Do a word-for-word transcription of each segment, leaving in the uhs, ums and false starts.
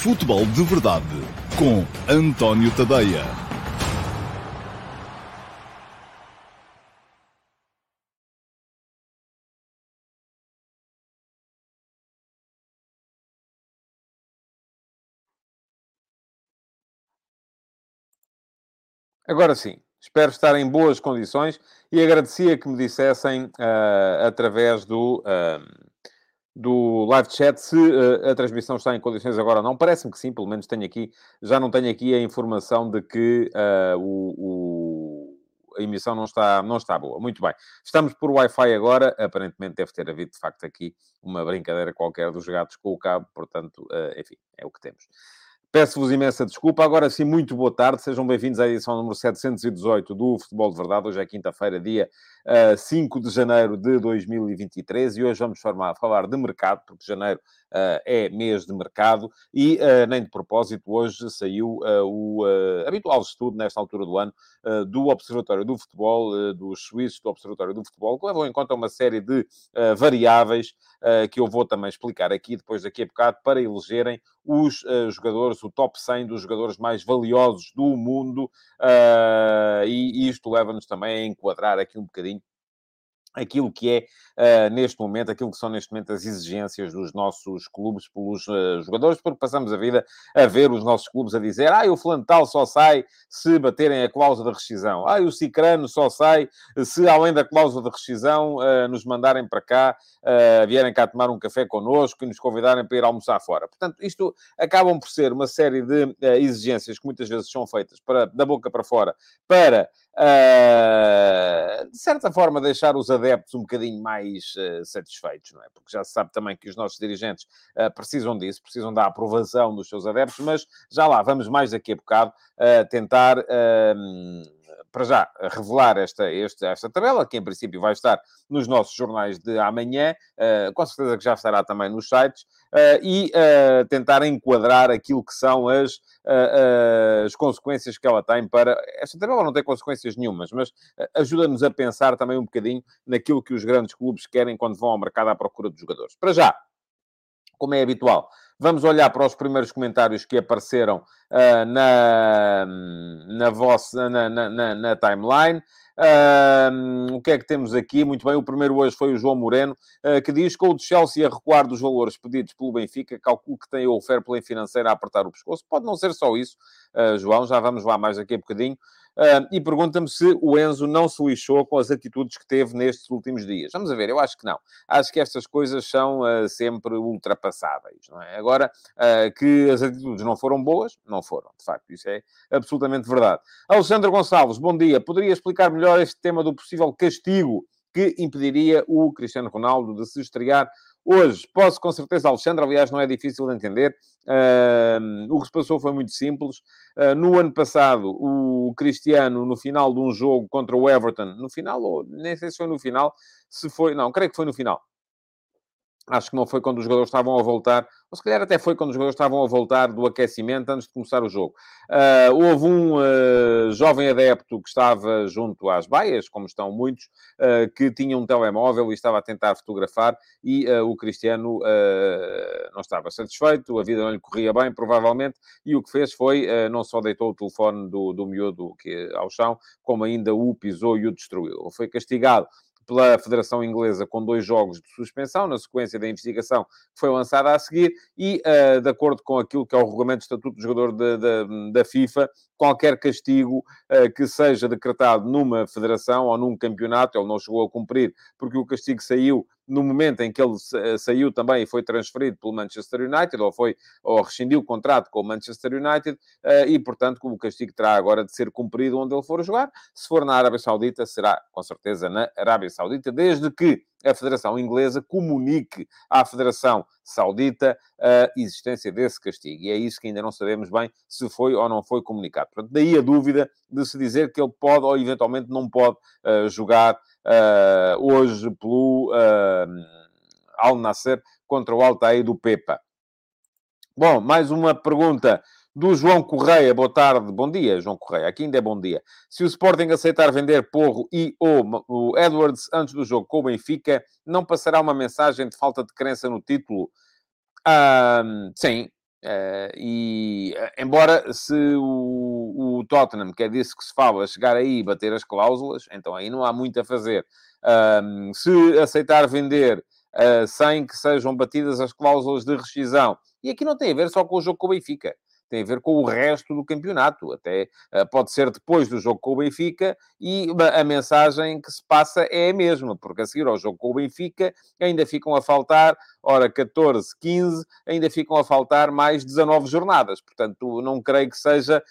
Futebol de Verdade com António Tadeia. Agora sim, espero estar em boas condições e agradecia que me dissessem, uh, através do, uh, do live chat, se uh, a transmissão está em condições agora ou não. Parece-me que sim, pelo menos tenho aqui, já não tenho aqui a informação de que uh, o, o- a emissão não está, não está boa. Muito bem. Estamos por Wi-Fi agora. Aparentemente deve ter havido, de facto, aqui uma brincadeira qualquer dos gatos com o cabo. Portanto, uh, enfim, é o que temos. Peço-vos imensa desculpa. Agora sim, muito boa tarde. Sejam bem-vindos à edição número setecentos e dezoito do Futebol de Verdade. Hoje é quinta-feira, dia uh, cinco de janeiro de dois mil e vinte e três. E hoje vamos formar, falar de mercado, porque janeiro uh, é mês de mercado. E, uh, nem de propósito, hoje saiu uh, o uh, habitual estudo, nesta altura do ano, uh, do Observatório do Futebol, uh, dos suíços do Observatório do Futebol, que levam em conta uma série de uh, variáveis uh, que eu vou também explicar aqui, depois daqui a bocado, para elegerem os uh, jogadores, o top cem dos jogadores mais valiosos do mundo, uh, e, e isto leva-nos também a enquadrar aqui um bocadinho aquilo que é, uh, neste momento, aquilo que são neste momento as exigências dos nossos clubes pelos uh, jogadores, porque passamos a vida a ver os nossos clubes a dizer: ah, o fulano tal só sai se baterem a cláusula de rescisão. Ah, o cicrano só sai se, além da cláusula de rescisão, uh, nos mandarem para cá, uh, vierem cá tomar um café connosco e nos convidarem para ir almoçar fora. Portanto, isto acabam por ser uma série de uh, exigências que muitas vezes são feitas para, da boca para fora, para Uh, de certa forma, deixar os adeptos um bocadinho mais uh, satisfeitos, não é? Porque já se sabe também que os nossos dirigentes uh, precisam disso, precisam da aprovação dos seus adeptos, mas já lá, vamos mais daqui a bocado uh, tentar, uh, para já, revelar esta, esta, esta tabela, que em princípio vai estar nos nossos jornais de amanhã, uh, com certeza que já estará também nos sites, uh, e uh, tentar enquadrar aquilo que são as Uh, uh, as consequências que ela tem para... Esta tabela não tem consequências nenhumas, mas uh, ajuda-nos a pensar também um bocadinho naquilo que os grandes clubes querem quando vão ao mercado à procura de jogadores. Para já, como é habitual, vamos olhar para os primeiros comentários que apareceram uh, na, na, vossa, na, na, na, na timeline. Uh, o que é que temos aqui? Muito bem, o primeiro hoje foi o João Moreno, uh, que diz que o de Chelsea a recuar dos valores pedidos pelo Benfica, calculo que tem o fair play financeiro a apertar o pescoço. Pode não ser só isso, uh, João, já vamos lá mais daqui a bocadinho. Uh, e pergunta-me se o Enzo não se lixou com as atitudes que teve nestes últimos dias. Vamos a ver, eu acho que não. Acho que estas coisas são uh, sempre ultrapassáveis, não é? Agora, uh, que as atitudes não foram boas, não foram, de facto, isso é absolutamente verdade. Alexandre Gonçalves, bom dia. Poderia explicar melhor este tema do possível castigo que impediria o Cristiano Ronaldo de se estrear hoje? Posso, com certeza, Alexandre, aliás, não é difícil de entender. Uh, o que se passou foi muito simples. Uh, no ano passado, o Cristiano, no final de um jogo contra o Everton, no final, ou nem sei se foi no final, se foi... Não, creio que foi no final. Acho que não foi quando os jogadores estavam a voltar, ou se calhar até foi quando os jogadores estavam a voltar do aquecimento antes de começar o jogo. Uh, houve um uh, jovem adepto que estava junto às baias, como estão muitos, uh, que tinha um telemóvel e estava a tentar fotografar, e uh, o Cristiano uh, não estava satisfeito, a vida não lhe corria bem, provavelmente, e o que fez foi, uh, não só deitou o telefone do, do miúdo que, ao chão, como ainda o pisou e o destruiu. Foi castigado pela Federação Inglesa com dois jogos de suspensão, na sequência da investigação que foi lançada a seguir, e, uh, de acordo com aquilo que é o regulamento de estatuto do jogador da, da, da FIFA, qualquer castigo uh, que seja decretado numa federação ou num campeonato, ele não chegou a cumprir, porque o castigo saiu no momento em que ele saiu também e foi transferido pelo Manchester United, ou, foi, ou rescindiu o contrato com o Manchester United, uh, e, portanto, o castigo terá agora de ser cumprido onde ele for jogar. Se for na Arábia Saudita, será, com certeza, na Arábia Saudita, desde que a Federação Inglesa comunique à Federação Saudita a existência desse castigo. E é isso que ainda não sabemos bem se foi ou não foi comunicado. Portanto, daí a dúvida de se dizer que ele pode ou eventualmente não pode uh, jogar uh, hoje pelo uh, Al Nassr contra o Al-Taid do Pepa. Bom, mais uma pergunta do João Correia. Boa tarde, bom dia, João Correia. Aqui ainda é bom dia. Se o Sporting aceitar vender Porro e ou o Edwards antes do jogo com o Benfica, não passará uma mensagem de falta de crença no título? Ah, sim, Uh, e, embora se o, o Tottenham, que é disso que se fala, chegar aí e bater as cláusulas, então aí não há muito a fazer. Um, se aceitar vender uh, sem que sejam batidas as cláusulas de rescisão, e aqui não tem a ver só com o jogo com o Benfica, tem a ver com o resto do campeonato. Até uh, pode ser depois do jogo com o Benfica e a mensagem que se passa é a mesma, porque a seguir ao jogo com o Benfica ainda ficam a faltar, ora, catorze, quinze, ainda ficam a faltar mais dezanove jornadas. Portanto, não creio que seja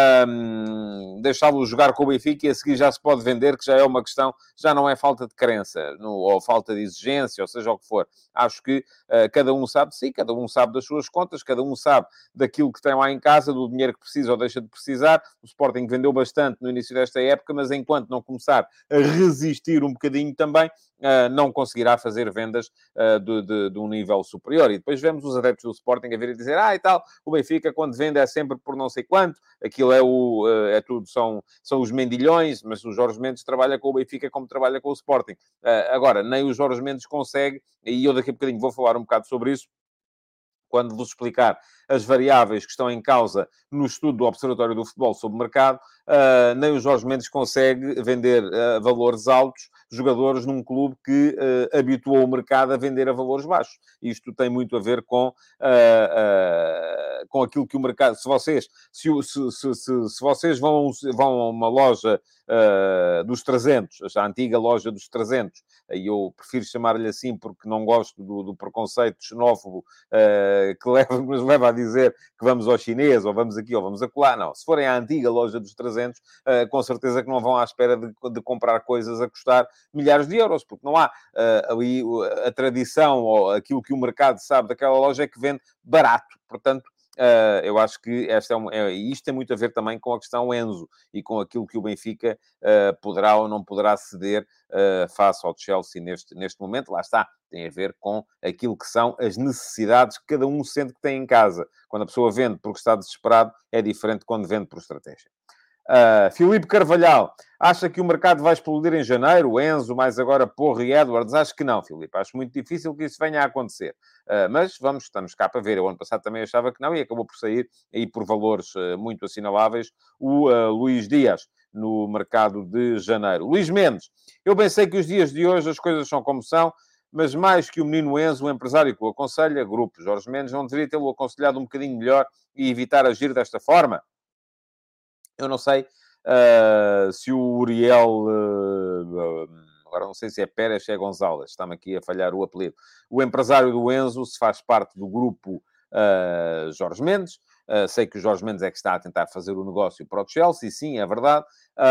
um, deixá-lo jogar com o Benfica e a seguir já se pode vender, que já é uma questão, já não é falta de crença, no, ou falta de exigência, ou seja o que for. Acho que uh, cada um sabe de si, cada um sabe das suas contas, cada um sabe daquilo que tem lá em casa, do dinheiro que precisa ou deixa de precisar. O Sporting vendeu bastante no início desta época, mas enquanto não começar a resistir um bocadinho também, uh, não conseguirá fazer vendas uh, de, de, de um nível superior. E depois vemos os adeptos do Sporting a vir e dizer, ah, e tal, o Benfica quando vende é sempre por não sei quanto, aquilo é, o, uh, é tudo, são, são os mendilhões, mas o Jorge Mendes trabalha com o Benfica como trabalha com o Sporting. Uh, agora, nem o Jorge Mendes consegue, e eu daqui a bocadinho vou falar um bocado sobre isso, quando vos explicar as variáveis que estão em causa no estudo do Observatório do Futebol sobre o mercado, uh, nem o Jorge Mendes consegue vender a uh, valores altos jogadores num clube que uh, habituou o mercado a vender a valores baixos. Isto tem muito a ver com, uh, uh, com aquilo que o mercado... Se vocês, se, se, se, se, se vocês vão, vão a uma loja uh, dos trezentos, a antiga loja dos trezentos, e eu prefiro chamar-lhe assim porque não gosto do, do preconceito xenófobo uh, que leva, nos leva a dizer que vamos ao chinês, ou vamos aqui, ou vamos acolá. Não, se forem à antiga loja dos trezentos, uh, com certeza que não vão à espera de, de comprar coisas a custar milhares de euros, porque não há uh, ali a tradição ou aquilo que o mercado sabe daquela loja é que vende barato. Portanto, Uh, eu acho que esta é, um, é isto tem muito a ver também com a questão Enzo e com aquilo que o Benfica uh, poderá ou não poderá ceder uh, face ao Chelsea neste, neste momento. Lá está, tem a ver com aquilo que são as necessidades que cada um sente que tem em casa. Quando a pessoa vende porque está desesperado, é diferente de quando vende por estratégia. Uh, Filipe Carvalhal, acha que o mercado vai explodir em janeiro? Enzo, mais agora Porro e Edwards? Acho que não, Filipe. Acho muito difícil que isso venha a acontecer. Uh, mas vamos, estamos cá para ver. Eu ano passado também achava que não e acabou por sair aí por valores uh, muito assinaláveis o uh, Luís Dias no mercado de janeiro. Luís Mendes, eu bem sei que os dias de hoje as coisas são como são, mas mais que o menino Enzo, o empresário que o aconselha, grupo Jorge Mendes, não deveria tê-lo aconselhado um bocadinho melhor e evitar agir desta forma? Eu não sei uh, se o Uriel... Uh, agora não sei se é Pérez, se é Gonzalez. Está-me aqui a falhar o apelido. O empresário do Enzo se faz parte do grupo uh, Jorge Mendes. Uh, sei que o Jorge Mendes é que está a tentar fazer o negócio para o Chelsea, sim, é verdade.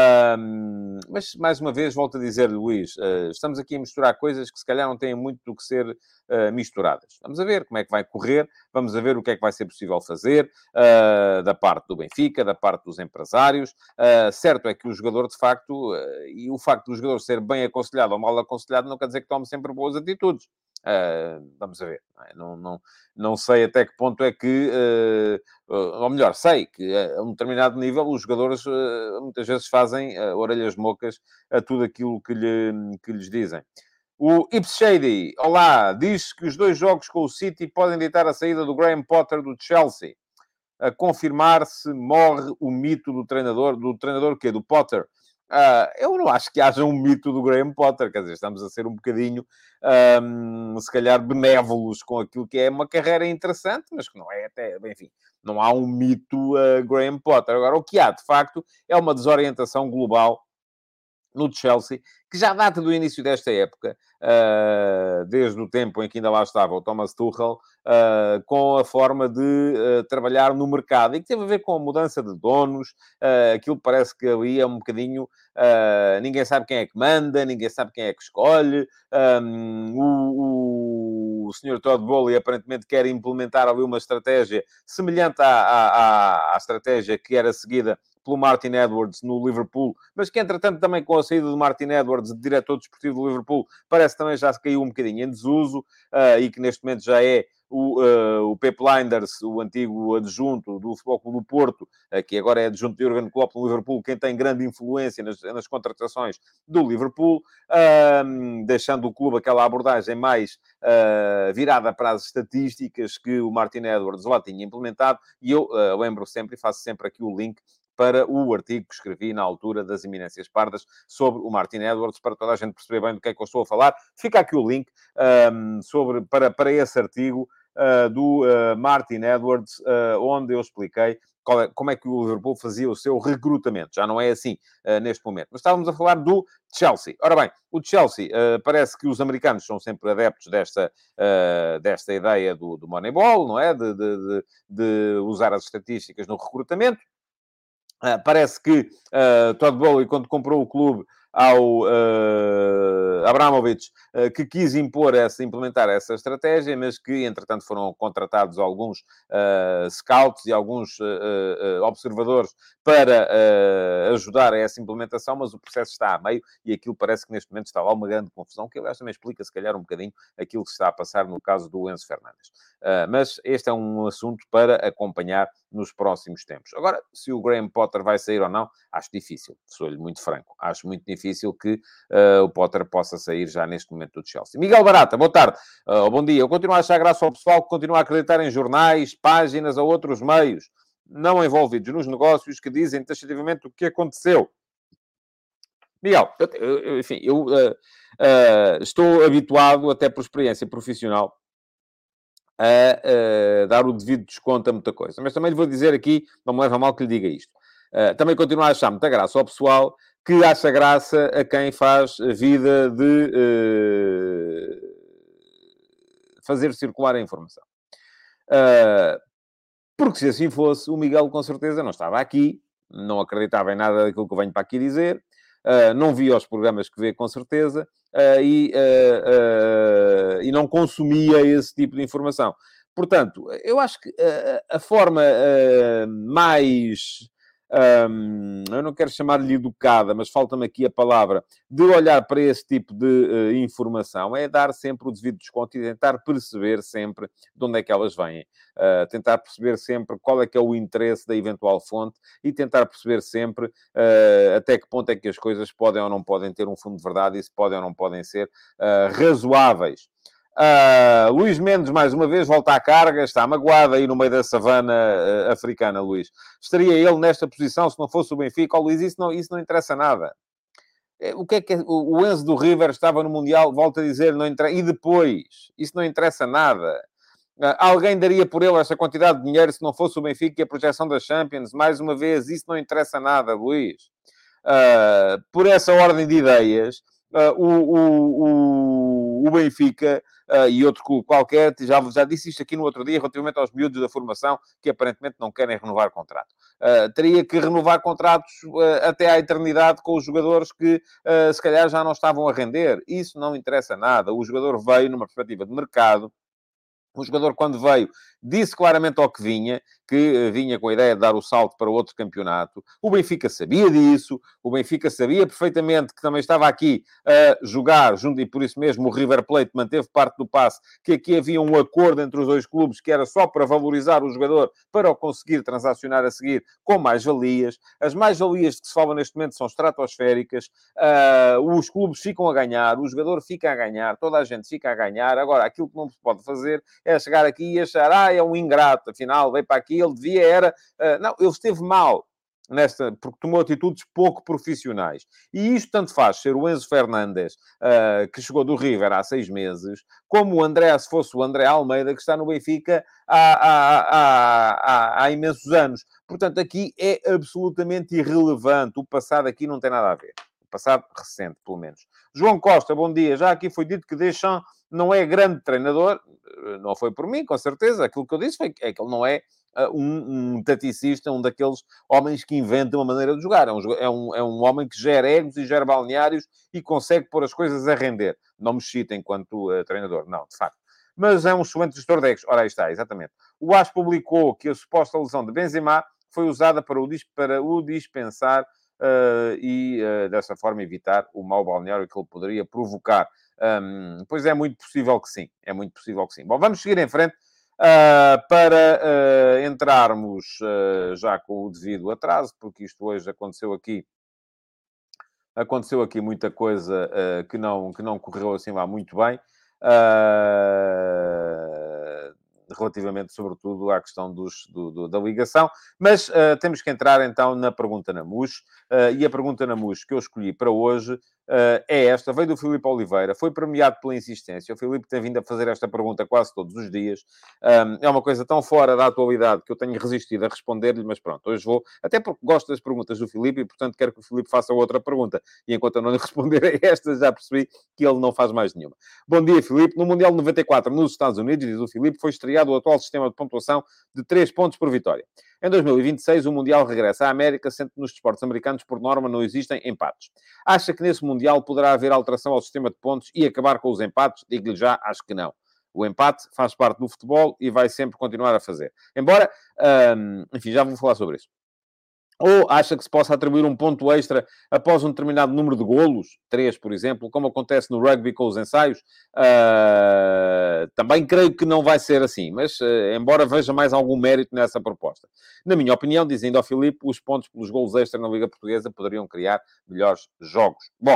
Uh, mas, mais uma vez, volto a dizer, Luís, uh, estamos aqui a misturar coisas que se calhar não têm muito do que ser uh, misturadas. Vamos a ver como é que vai correr, vamos a ver o que é que vai ser possível fazer uh, da parte do Benfica, da parte dos empresários. Uh, certo é que o jogador, de facto, uh, e o facto do jogador ser bem aconselhado ou mal aconselhado não quer dizer que tome sempre boas atitudes. Uh, vamos a ver. Não, não, não sei até que ponto é que... Uh, ou melhor, sei que a um determinado nível os jogadores uh, muitas vezes fazem uh, orelhas mocas a tudo aquilo que, lhe, que lhes dizem. O Ips Shady, olá, diz que os dois jogos com o City podem ditar a saída do Graham Potter do Chelsea. A confirmar se morre o mito do treinador, do treinador que do Potter. Uh, eu não acho que haja um mito do Graham Potter, quer dizer, estamos a ser um bocadinho, um, se calhar, benévolos com aquilo que é uma carreira interessante, mas que não é até, enfim, não há um mito uh, Graham Potter. Agora, o que há, de facto, é uma desorientação global no Chelsea, que já data do início desta época, uh, desde o tempo em que ainda lá estava o Thomas Tuchel, uh, com a forma de uh, trabalhar no mercado, e que teve a ver com a mudança de donos, uh, aquilo parece que ali é um bocadinho, uh, ninguém sabe quem é que manda, ninguém sabe quem é que escolhe, um, o, o senhor Todd Bowley aparentemente quer implementar ali uma estratégia semelhante à, à, à estratégia que era seguida pelo Martin Edwards no Liverpool, mas que, entretanto, também com a saída do Martin Edwards, de diretor desportivo do Liverpool, parece que também já se caiu um bocadinho em desuso, uh, e que neste momento já é o, uh, o Pep Lijnders, o antigo adjunto do Futebol Clube do Porto, uh, que agora é adjunto de Jürgen Klopp no Liverpool, quem tem grande influência nas, nas contratações do Liverpool, uh, deixando o clube aquela abordagem mais uh, virada para as estatísticas que o Martin Edwards lá tinha implementado, e eu uh, lembro sempre e faço sempre aqui o link para o artigo que escrevi na altura das Eminências Pardas sobre o Martin Edwards, para toda a gente perceber bem do que é que eu estou a falar. Fica aqui o link um, sobre, para, para esse artigo uh, do uh, Martin Edwards, uh, onde eu expliquei qual é, como é que o Liverpool fazia o seu recrutamento. Já não é assim uh, neste momento. Mas estávamos a falar do Chelsea. Ora bem, o Chelsea, uh, parece que os americanos são sempre adeptos desta, uh, desta ideia do, do Moneyball, não é? De, de, de, de usar as estatísticas no recrutamento. Uh, parece que uh, Todd Bowley, quando comprou o clube ao uh, Abramovich, uh, que quis impor essa, implementar essa estratégia, mas que, entretanto, foram contratados alguns uh, scouts e alguns uh, uh, observadores para uh, ajudar a essa implementação, mas o processo está a meio e aquilo parece que neste momento está lá uma grande confusão, que aliás também explica, se calhar, um bocadinho aquilo que se está a passar no caso do Enzo Fernandes. Uh, mas este é um assunto para acompanhar nos próximos tempos. Agora, se o Graham Potter vai sair ou não, acho difícil, sou-lhe muito franco. Acho muito difícil que uh, o Potter possa sair já neste momento do Chelsea. Miguel Barata, boa tarde, uh, bom dia. Eu continuo a achar graça ao pessoal que continua a acreditar em jornais, páginas ou outros meios não envolvidos nos negócios que dizem taxativamente o que aconteceu. Miguel, eu, eu, enfim, eu uh, uh, estou habituado, até por experiência profissional, a uh, dar o devido desconto a muita coisa. Mas também lhe vou dizer aqui, não me leva a mal que lhe diga isto. Uh, também continuo a achar muita graça ao pessoal que acha graça a quem faz a vida de uh, fazer circular a informação. Uh, porque se assim fosse, o Miguel com certeza não estava aqui, não acreditava em nada daquilo que eu venho para aqui dizer, uh, não via os programas que vê com certeza, uh, e, uh, uh, e não consumia esse tipo de informação. Portanto, eu acho que uh, a forma uh, mais... Um, eu não quero chamar-lhe educada, mas falta-me aqui a palavra, de olhar para esse tipo de uh, informação, é dar sempre o devido desconto e tentar perceber sempre de onde é que elas vêm. Uh, tentar perceber sempre qual é que é o interesse da eventual fonte e tentar perceber sempre uh, até que ponto é que as coisas podem ou não podem ter um fundo de verdade e se podem ou não podem ser uh, razoáveis. Uh, Luís Mendes, mais uma vez, volta à carga, está magoado aí no meio da savana uh, africana, Luís. Estaria ele nesta posição se não fosse o Benfica? Oh, Luís, isso não, isso não interessa nada. O que é que é? O Enzo do River estava no Mundial, volta a dizer, não interessa. E depois? Isso não interessa nada. Uh, alguém daria por ele esta quantidade de dinheiro se não fosse o Benfica e a projeção da Champions? Mais uma vez, isso não interessa nada, Luís. Uh, por essa ordem de ideias, uh, o, o, o, o Benfica... Uh, e outro qualquer, já, já disse isto aqui no outro dia, relativamente aos miúdos da formação, que aparentemente não querem renovar contrato. Uh, teria que renovar contratos uh, até à eternidade com os jogadores que, uh, se calhar, já não estavam a render. Isso não interessa nada. O jogador veio numa perspectiva de mercado. O jogador, quando veio, disse claramente ao que vinha, que vinha com a ideia de dar o salto para outro campeonato. O Benfica sabia disso. O Benfica sabia perfeitamente que também estava aqui a jogar, junto, e por isso mesmo o River Plate manteve parte do passe, que aqui havia um acordo entre os dois clubes que era só para valorizar o jogador, para o conseguir transacionar a seguir com mais-valias. As mais-valias de que se fala neste momento são estratosféricas. Uh, os clubes ficam a ganhar, o jogador fica a ganhar, toda a gente fica a ganhar. Agora, aquilo que não se pode fazer é chegar aqui e achar, ah, é um ingrato, afinal, veio para aqui, ele devia era... Uh, não, ele esteve mal nesta, porque tomou atitudes pouco profissionais. E isto tanto faz ser o Enzo Fernandes, uh, que chegou do River há seis meses, como o André, se fosse o André Almeida, que está no Benfica há, há, há, há, há imensos anos. Portanto, aqui é absolutamente irrelevante. O passado aqui não tem nada a ver. O passado recente, pelo menos. João Costa, bom dia. Já aqui foi dito que Deschamps não é grande treinador. Não foi por mim, com certeza. Aquilo que eu disse foi que, é que ele não é uh, um, um taticista, um daqueles homens que inventam uma maneira de jogar. É um, é, um, é um homem que gera egos e gera balneários e consegue pôr as coisas a render. Não me cita enquanto uh, treinador. Não, de facto. Mas é um excelente gestor de egos. Ora, aí está, exatamente. O A S publicou que a suposta lesão de Benzema foi usada para o, para o dispensar uh, e, uh, dessa forma, evitar o mau balneário que ele poderia provocar. Um, pois é muito possível que sim. É muito possível que sim. Bom, vamos seguir em frente. Uh, para uh, entrarmos uh, já com o devido atraso, porque isto hoje aconteceu aqui, aconteceu aqui muita coisa uh, que, não, que não correu assim lá muito bem, uh, relativamente, sobretudo, à questão dos, do, do, da ligação. Mas uh, temos que entrar, então, na pergunta na M U S. Uh, e a pergunta na M U S que eu escolhi para hoje uh, é esta. Veio do Filipe Oliveira. Foi premiado pela insistência. O Filipe tem vindo a fazer esta pergunta quase todos os dias. Um, é uma coisa tão fora da atualidade que eu tenho resistido a responder-lhe, mas pronto, hoje vou... Até porque gosto das perguntas do Filipe e, portanto, quero que o Filipe faça outra pergunta. E enquanto eu não lhe responder a esta, já percebi que ele não faz mais nenhuma. Bom dia, Filipe. No Mundial de noventa e quatro, nos Estados Unidos, diz o Filipe, foi estreado o atual sistema de pontuação de três pontos por vitória. Em dois mil e vinte e seis, o Mundial regressa à América, sendo que nos desportos americanos, por norma, não existem empates. Acha que nesse Mundial poderá haver alteração ao sistema de pontos e acabar com os empates? Digo-lhe já, acho que não. O empate faz parte do futebol e vai sempre continuar a fazer. Embora, hum, enfim, já vou falar sobre isso. Ou acha que se possa atribuir um ponto extra após um determinado número de golos, três, por exemplo, como acontece no rugby com os ensaios? Uh, também creio que não vai ser assim, mas uh, embora veja mais algum mérito nessa proposta. Na minha opinião, dizendo ao Filipe, os pontos pelos golos extra na Liga Portuguesa poderiam criar melhores jogos. Bom,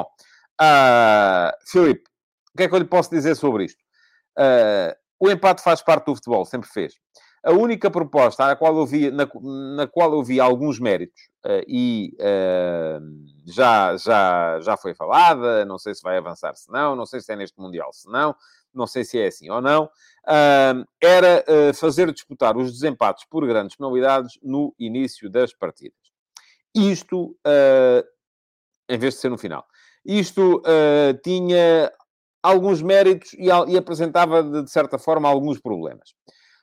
uh, Filipe, o que é que eu lhe posso dizer sobre isto? Uh, o empate faz parte do futebol, sempre fez. A única proposta na qual eu vi, na, na qual eu vi alguns méritos, uh, e uh, já, já, já foi falada, não sei se vai avançar se não, não sei se é neste Mundial se não, não sei se é assim ou não, uh, era uh, fazer disputar os desempates por grandes penalidades no início das partidas. Isto, uh, em vez de ser no final. Isto uh, tinha alguns méritos e, e apresentava, de, de certa forma, alguns problemas.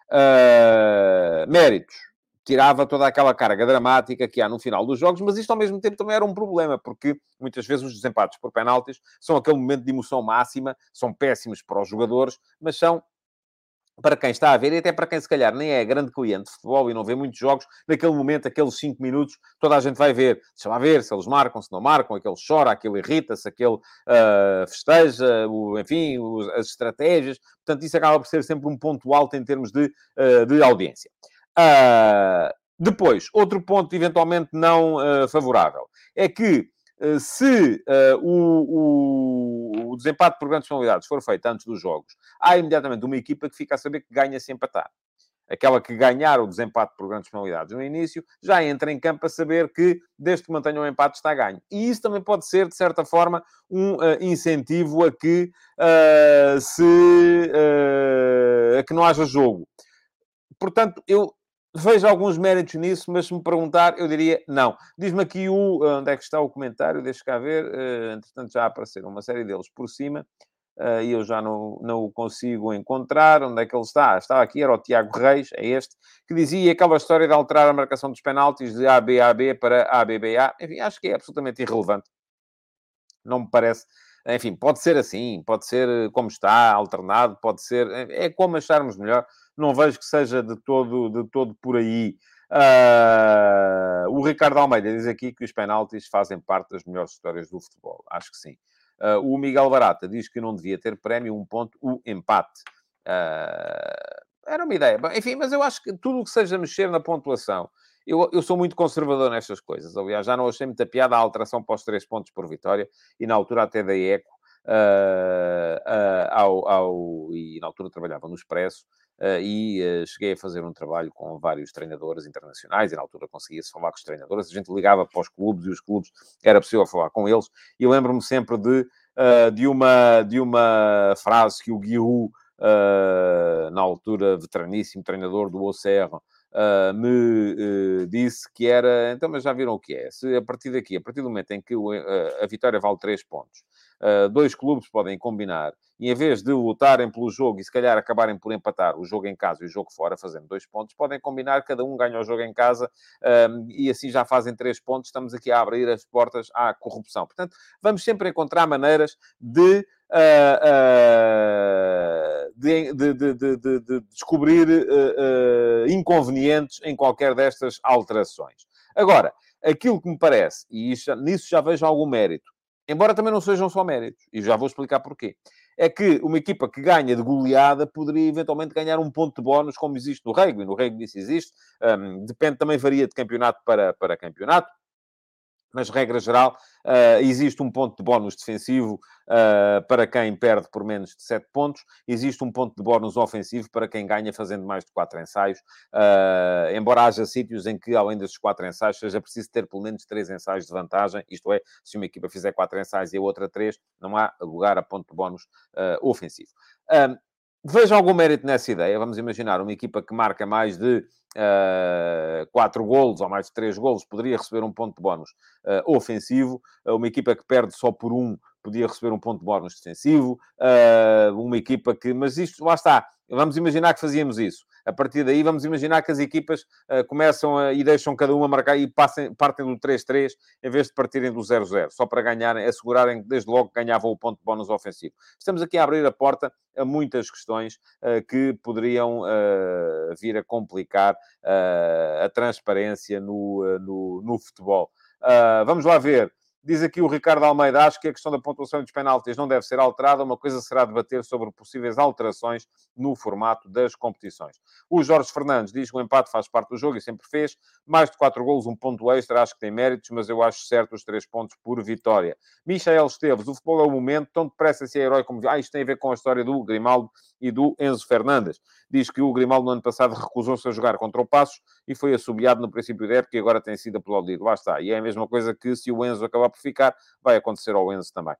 Uh, méritos. Tirava toda aquela carga dramática que há no final dos jogos, mas isto ao mesmo tempo também era um problema, porque muitas vezes os desempates por penaltis são aquele momento de emoção máxima, são péssimos para os jogadores, mas são para quem está a ver, e até para quem se calhar nem é grande cliente de futebol e não vê muitos jogos, naquele momento, aqueles cinco minutos, toda a gente vai ver. Deixa lá ver se eles marcam, se não marcam, aquele chora, aquele irrita-se, aquele uh, festeja, o, enfim, os, as estratégias. Portanto, isso acaba por ser sempre um ponto alto em termos de, uh, de audiência. Uh, depois, outro ponto eventualmente não uh, favorável, é que Uh, se uh, o, o, o desempate por grandes penalidades for feito antes dos jogos, há imediatamente uma equipa que fica a saber que ganha se empatar. Aquela que ganhar o desempate por grandes penalidades no início, já entra em campo a saber que, desde que mantenha o empate, está ganho. E isso também pode ser, de certa forma, um uh, incentivo a que, uh, se, uh, a que não haja jogo. Portanto, eu... vejo alguns méritos nisso, mas se me perguntar, eu diria não. Diz-me aqui o... onde é que está o comentário? Deixa cá ver. Uh, entretanto, já apareceram uma série deles por cima. Uh, e eu já não, não o consigo encontrar. Onde é que ele está? Estava aqui, era o Tiago Reis, é este, que dizia aquela história de alterar a marcação dos penaltis de A B A B para A B B A. Enfim, acho que é absolutamente irrelevante. Não me parece... Enfim, pode ser assim, pode ser como está, alternado, pode ser... É como acharmos melhor. Não vejo que seja de todo, de todo por aí. Uh, o Ricardo Almeida diz aqui que os penaltis fazem parte das melhores histórias do futebol. Acho que sim. Uh, o Miguel Barata diz que não devia ter prémio, um ponto, o empate. Uh, era uma ideia. Enfim, mas eu acho que tudo o que seja mexer na pontuação... Eu, eu sou muito conservador nestas coisas. Aliás, já não achei muita piada a alteração para os três pontos por vitória. E na altura até dei eco. Uh, uh, ao, ao... E na altura trabalhava no Expresso. Uh, e uh, cheguei a fazer um trabalho com vários treinadores internacionais, e na altura conseguia-se falar com os treinadores, a gente ligava para os clubes, e os clubes era possível falar com eles, e lembro-me sempre de, uh, de, uma, de uma frase que o Guiú, uh, na altura veteraníssimo treinador do Auxerre, uh, me uh, disse que era, então, mas já viram o que é, se a partir daqui, a partir do momento em que uh, a vitória vale três pontos, Uh, dois clubes podem combinar e, em vez de lutarem pelo jogo e, se calhar, acabarem por empatar o jogo em casa e o jogo fora, fazendo dois pontos, podem combinar, cada um ganha o jogo em casa um, e assim já fazem três pontos. Estamos aqui a abrir as portas à corrupção. Portanto, vamos sempre encontrar maneiras de, uh, uh, de, de, de, de, de descobrir uh, uh, inconvenientes em qualquer destas alterações. Agora, aquilo que me parece, e isso, nisso já vejo algum mérito, embora também não sejam só méritos, e já vou explicar porquê, é que uma equipa que ganha de goleada poderia eventualmente ganhar um ponto de bónus, como existe no rugby. No rugby isso existe. Um, depende, também varia de campeonato para, para campeonato. Mas, regra geral, uh, existe um ponto de bónus defensivo uh, para quem perde por menos de sete pontos. Existe um ponto de bónus ofensivo para quem ganha fazendo mais de quatro ensaios. Uh, embora haja sítios em que, além desses quatro ensaios, seja preciso ter pelo menos três ensaios de vantagem. Isto é, se uma equipa fizer quatro ensaios e a outra três, não há lugar a ponto de bónus uh, ofensivo. Um, Vejo algum mérito nessa ideia. Vamos imaginar uma equipa que marca mais de uh, quatro golos ou mais de três golos, poderia receber um ponto de bónus uh, ofensivo. Uh, uma equipa que perde só por um, podia receber um ponto de bónus defensivo. Uh, uma equipa que... Mas isto, lá está. Vamos imaginar que fazíamos isso. A partir daí, vamos imaginar que as equipas uh, começam a, e deixam cada uma marcar e passem, partem do três três em vez de partirem do zero zero, só para ganharem, assegurarem que desde logo ganhavam o ponto de bónus ofensivo. Estamos aqui a abrir a porta a muitas questões uh, que poderiam uh, vir a complicar uh, a transparência no, uh, no, no futebol. Uh, vamos lá ver. Diz aqui o Ricardo Almeida, acho que a questão da pontuação dos penaltis não deve ser alterada. Uma coisa será debater sobre possíveis alterações no formato das competições. O Jorge Fernandes diz que o empate faz parte do jogo e sempre fez. Mais de quatro golos, um ponto extra, acho que tem méritos, mas eu acho certo os três pontos por vitória. Michael Esteves, o futebol é o momento, tão depressa se é herói como... Ah, isto tem a ver com a história do Grimaldo e do Enzo Fernandes. Diz que o Grimaldo no ano passado recusou-se a jogar contra o Passos e foi assobiado no princípio da época e agora tem sido aplaudido. Lá está. E é a mesma coisa que se o Enzo acabar por ficar, vai acontecer ao Enzo também.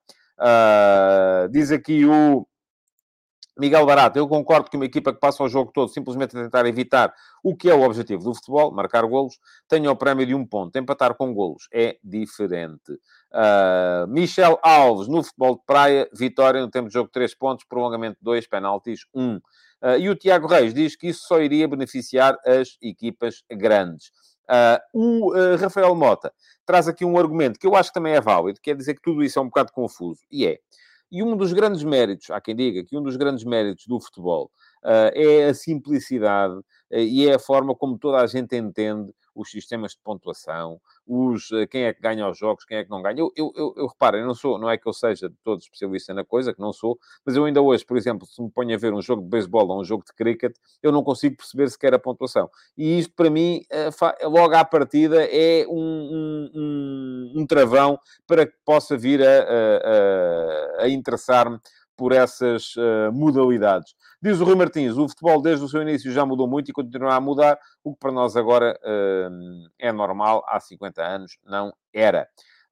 Uh, diz aqui o Miguel Barato, eu concordo que uma equipa que passa o jogo todo simplesmente a tentar evitar o que é o objetivo do futebol, marcar golos, tenha o prémio de um ponto. Empatar com golos é diferente. Uh, Michel Alves, no futebol de praia, vitória no tempo de jogo três pontos, prolongamento dois, penaltis um. Uh, e o Tiago Reis diz que isso só iria beneficiar as equipas grandes. Uh, o uh, Rafael Mota traz aqui um argumento que eu acho que também é válido, quer dizer que tudo isso é um bocado confuso. E é. E um dos grandes méritos, há quem diga que um dos grandes méritos do futebol uh, é a simplicidade uh, e é a forma como toda a gente entende os sistemas de pontuação, os, uh, quem é que ganha os jogos, quem é que não ganha. Eu, eu, eu, eu reparo, eu não sou, não é que eu seja de todo especialista na coisa, que não sou, mas eu ainda hoje, por exemplo, se me ponho a ver um jogo de beisebol ou um jogo de cricket, eu não consigo perceber sequer a pontuação. E isto, para mim, uh, logo à partida, é um, um, um, um travão para que possa vir a, a, a, a interessar-me por essas uh, modalidades. Diz o Rui Martins, o futebol desde o seu início já mudou muito e continua a mudar, o que para nós agora uh, é normal, há cinquenta anos não era.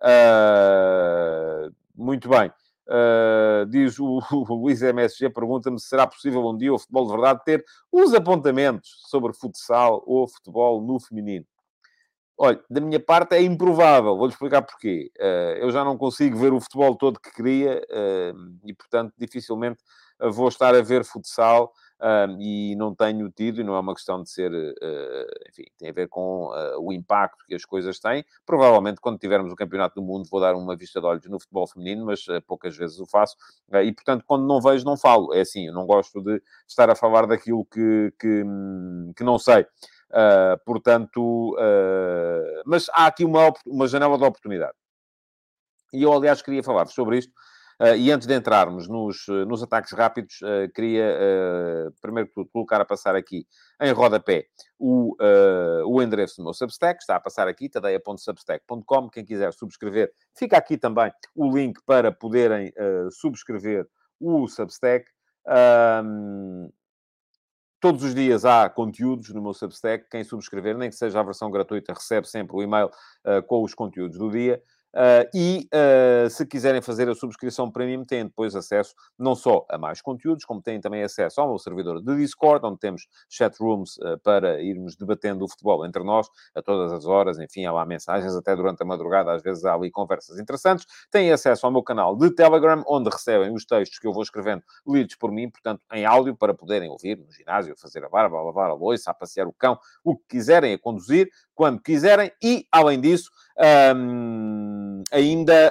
Uh, muito bem. Uh, diz o, o Luís M S G, pergunta-me se será possível um dia o futebol de verdade ter os apontamentos sobre futsal ou futebol no feminino. Olha, da minha parte é improvável. Vou-lhe explicar porquê. Uh, eu já não consigo ver o futebol todo que queria uh, e, portanto, dificilmente uh, vou estar a ver futsal uh, e não tenho tido, e não é uma questão de ser... Uh, enfim, tem a ver com uh, o impacto que as coisas têm. Provavelmente, quando tivermos o Campeonato do Mundo, vou dar uma vista de olhos no futebol feminino, mas uh, poucas vezes o faço. Uh, e, portanto, quando não vejo, não falo. É assim, eu não gosto de estar a falar daquilo que, que, que não sei. Uh, portanto, uh, mas há aqui uma, uma janela de oportunidade. E eu, aliás, queria falar sobre isto. Uh, e antes de entrarmos nos, nos ataques rápidos, uh, queria, uh, primeiro que tudo, colocar a passar aqui em rodapé o, uh, o endereço do meu Substack. Está a passar aqui, tadeia ponto substack ponto com. Quem quiser subscrever, fica aqui também o link para poderem uh, subscrever o Substack. Um, Todos os dias há conteúdos no meu Substack. Quem subscrever, nem que seja a versão gratuita, recebe sempre o e-mail uh, com os conteúdos do dia. Uh, e uh, se quiserem fazer a subscrição premium, têm depois acesso não só a mais conteúdos, como têm também acesso ao meu servidor de Discord, onde temos chat rooms uh, para irmos debatendo o futebol entre nós, a todas as horas. Enfim, há lá mensagens, até durante a madrugada, às vezes há ali conversas interessantes. Têm acesso ao meu canal de Telegram, onde recebem os textos que eu vou escrevendo, lidos por mim, portanto, em áudio, para poderem ouvir no ginásio, fazer a barba, a lavar a louça, a passear o cão, o que quiserem, a conduzir, quando quiserem. E, além disso, Um, ainda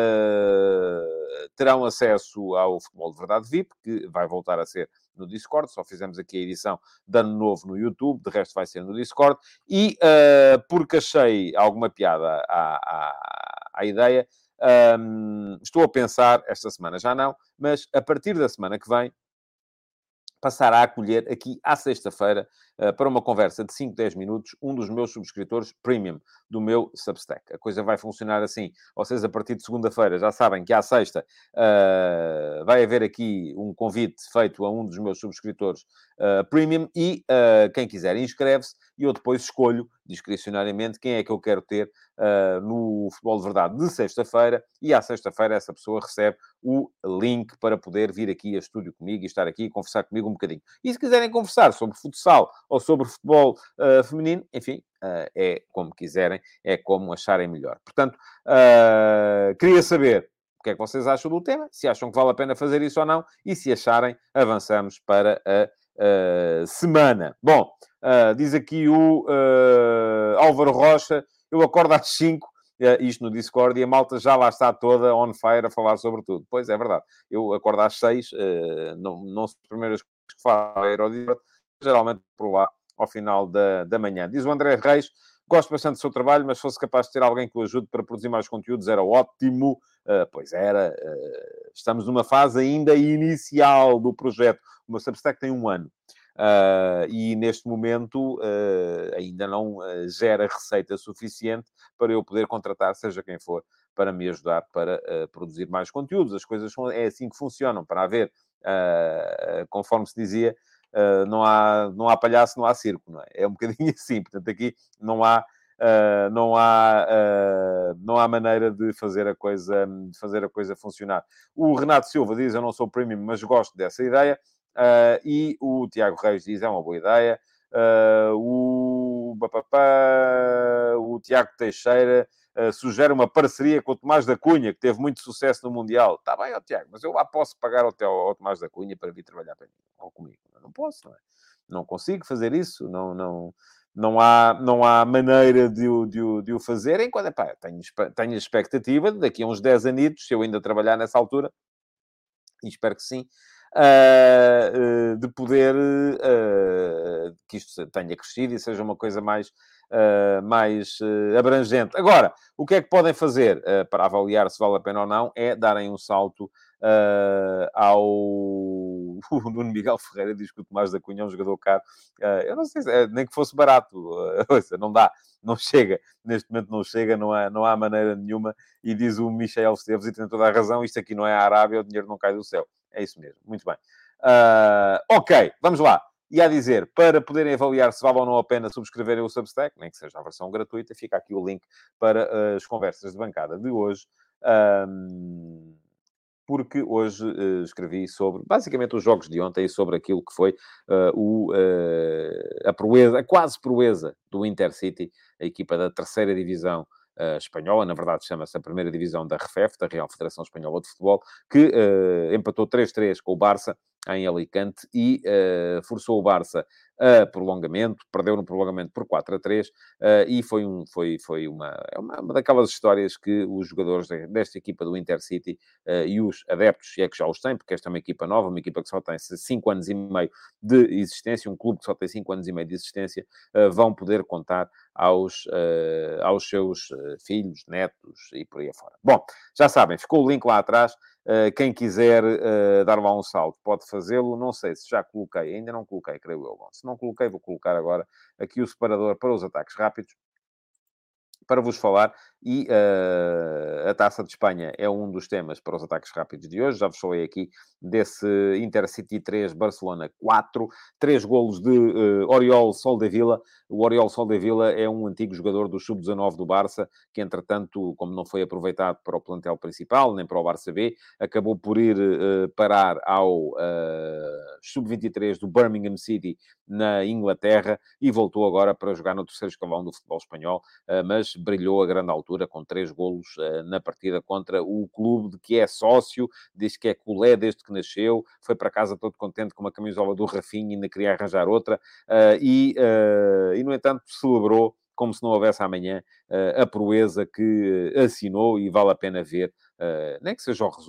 uh, terão acesso ao Futebol de Verdade V I P, que vai voltar a ser no Discord. Só fizemos aqui a edição de Ano Novo no YouTube, de resto vai ser no Discord. E, uh, porque achei alguma piada à, à, à ideia, Um, estou a pensar, esta semana já não, mas a partir da semana que vem, passar a acolher aqui à sexta-feira, uh, para uma conversa de cinco, dez minutos, um dos meus subscritores premium do meu Substack. A coisa vai funcionar assim. Vocês, a partir de segunda-feira, já sabem que à sexta uh, vai haver aqui um convite feito a um dos meus subscritores uh, premium e uh, quem quiser inscreve-se e eu depois escolho discricionariamente quem é que eu quero ter uh, no Futebol de Verdade de sexta-feira e à sexta-feira essa pessoa recebe o link para poder vir aqui a estúdio comigo e estar aqui e conversar comigo um bocadinho. E se quiserem conversar sobre futsal ou sobre futebol uh, feminino, enfim, uh, é como quiserem, é como acharem melhor. Portanto, uh, queria saber o que é que vocês acham do tema, se acham que vale a pena fazer isso ou não, e se acharem, avançamos para a uh, semana. Bom, uh, diz aqui o uh, Álvaro Rocha, eu acordo às cinco, uh, isto no Discord, e a malta já lá está toda on fire a falar sobre tudo. Pois é verdade, eu acordo às seis, uh, não, não são as primeiras coisas que faço a ir ao Discord, geralmente por lá, ao final da, da manhã. Diz o André Reis, gosto bastante do seu trabalho, mas se fosse capaz de ter alguém que o ajude para produzir mais conteúdos, era ótimo. Uh, pois era. Uh, estamos numa fase ainda inicial do projeto. O meu Substack tem um ano. Uh, e neste momento uh, ainda não uh, gera receita suficiente para eu poder contratar, seja quem for, para me ajudar para uh, produzir mais conteúdos. As coisas são, é assim que funcionam, para haver, uh, conforme se dizia, uh, não há, não há palhaço, não há circo, não é? É um bocadinho assim, portanto aqui não há Uh, não há uh, não há maneira de fazer a coisa de fazer a coisa funcionar. O Renato Silva diz, eu não sou premium, mas gosto dessa ideia. Uh, e o Tiago Reis diz, é uma boa ideia. Uh, o, papapá, o Tiago Teixeira uh, sugere uma parceria com o Tomás da Cunha, que teve muito sucesso no Mundial. Está bem, ó, Tiago, mas eu lá posso pagar ao, ao Tomás da Cunha para vir trabalhar para mim, ou comigo. Eu não posso, não é? Não consigo fazer isso, não... não Não há, não há maneira de o, de o, de o fazer, enquanto, epá, tenho, tenho a expectativa de daqui a uns dez anitos, se eu ainda trabalhar nessa altura, e espero que sim, uh, uh, de poder uh, que isto tenha crescido e seja uma coisa mais, uh, mais uh, abrangente. Agora, o que é que podem fazer uh, para avaliar se vale a pena ou não é darem um salto Uh, ao... O Nuno Miguel Ferreira diz que o Tomás da Cunha é um jogador caro. Uh, eu não sei, se, nem que fosse barato. Uh, não dá, não chega. Neste momento não chega, não há, não há maneira nenhuma. E diz o Michel Esteves, e tem toda a razão, isto aqui não é a Arábia, o dinheiro não cai do céu. É isso mesmo, muito bem. Uh, ok, vamos lá. E a dizer, para poderem avaliar se vale ou não a pena subscreverem o Substack, nem que seja a versão gratuita, fica aqui o link para uh, as conversas de bancada de hoje. Um, porque hoje uh, escrevi sobre, basicamente, os jogos de ontem e sobre aquilo que foi uh, o, uh, a proeza, a quase proeza do Intercity, a equipa da terceira divisão uh, espanhola, na verdade chama-se a primeira divisão da R F E F, da Real Federação Espanhola de Futebol, que uh, empatou três três com o Barça em Alicante e uh, forçou o Barça a prolongamento, perdeu no prolongamento por quatro a três, uh, e foi, um, foi, foi uma, uma, uma daquelas histórias que os jogadores desta equipa do Intercity uh, e os adeptos, se é que já os têm, porque esta é uma equipa nova, uma equipa que só tem cinco anos e meio de existência, um clube que só tem cinco anos e meio de existência, uh, vão poder contar aos, uh, aos seus uh, filhos, netos e por aí afora. Bom, já sabem, ficou o link lá atrás. Uh, quem quiser uh, dar lá um salto pode fazê-lo. Não sei se já coloquei, ainda não coloquei, creio eu. Bom, se não coloquei, vou colocar agora aqui o separador para os ataques rápidos, para vos falar, e uh, a Taça de Espanha é um dos temas para os ataques rápidos de hoje. Já vos falei aqui desse Intercity três, Barcelona quatro, três golos de uh, Oriol Soldevila. O Oriol Soldevila é um antigo jogador do sub dezanove do Barça, que entretanto, como não foi aproveitado para o plantel principal, nem para o Barça B, acabou por ir uh, parar ao uh, sub vinte e três do Birmingham City, na Inglaterra, e voltou agora para jogar no terceiro escalão do futebol espanhol, uh, mas brilhou a grande altura com três golos uh, na partida contra o clube de que é sócio, diz que é culé desde que nasceu, foi para casa todo contente com uma camisola do Rafinha e ainda queria arranjar outra, uh, e, uh, e, no entanto, celebrou como se não houvesse amanhã uh, a proeza que assinou, e vale a pena ver, uh, nem que seja o resumo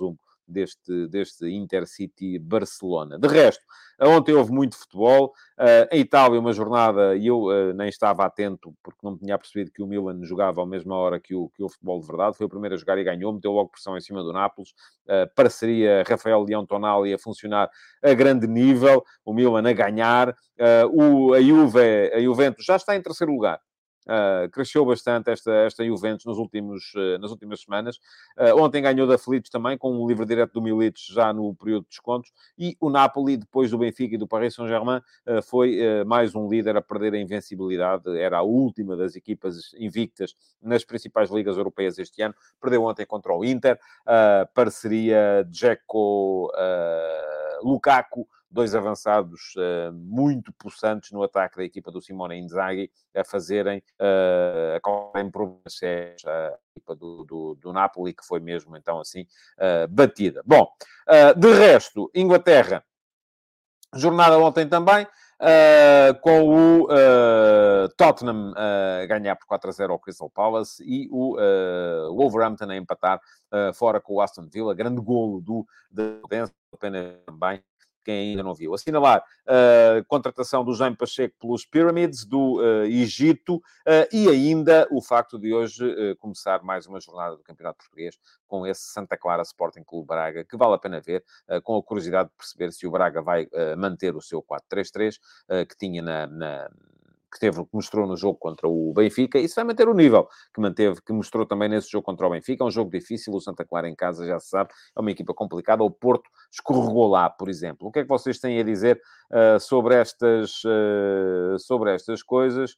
deste, deste Intercity Barcelona. De resto, ontem houve muito futebol. Uh, em Itália, uma jornada, e eu uh, nem estava atento, porque não tinha percebido que o Milan jogava à mesma hora que o, que o futebol de verdade. Foi o primeiro a jogar e ganhou, meteu logo pressão em cima do Nápoles. Uh, parceria Rafael Leão Tonali a funcionar a grande nível. O Milan a ganhar. Uh, o, a Juve, a Juventus já está em terceiro lugar. Uh, cresceu bastante esta, esta Juventus nos últimos, uh, nas últimas semanas. Uh, ontem ganhou da Feliz também, com um livre direto do Milic já no período de descontos. E o Napoli, depois do Benfica e do Paris Saint-Germain, uh, foi uh, mais um líder a perder a invencibilidade. Era a última das equipas invictas nas principais ligas europeias este ano. Perdeu ontem contra o Inter. Uh, parceria Dzeko, uh, Lukaku, dois avançados uh, muito possantes no ataque da equipa do Simone Inzaghi, a fazerem, uh, a causarem problemas a equipa do, do, do Napoli, que foi mesmo, então, assim, uh, batida. Bom, uh, de resto, Inglaterra, jornada ontem também, uh, com o uh, Tottenham a uh, ganhar por quatro a zero ao Crystal Palace e o uh, Wolverhampton a empatar uh, fora com o Aston Villa. Grande golo do Dense, apenas também, quem ainda não viu. Assinalar a uh, contratação do Jaime Pacheco pelos Pyramids do uh, Egito uh, e ainda o facto de hoje uh, começar mais uma jornada do Campeonato Português com esse Santa Clara Sporting Clube Braga, que vale a pena ver, uh, com a curiosidade de perceber se o Braga vai uh, manter o seu quatro três três uh, que tinha na... na que teve, que mostrou no jogo contra o Benfica, e se vai manter o nível que manteve, que mostrou também nesse jogo contra o Benfica. É um jogo difícil, o Santa Clara em casa, já se sabe, é uma equipa complicada. O Porto escorregou lá, por exemplo. O que é que vocês têm a dizer uh, sobre estas, uh, sobre estas coisas?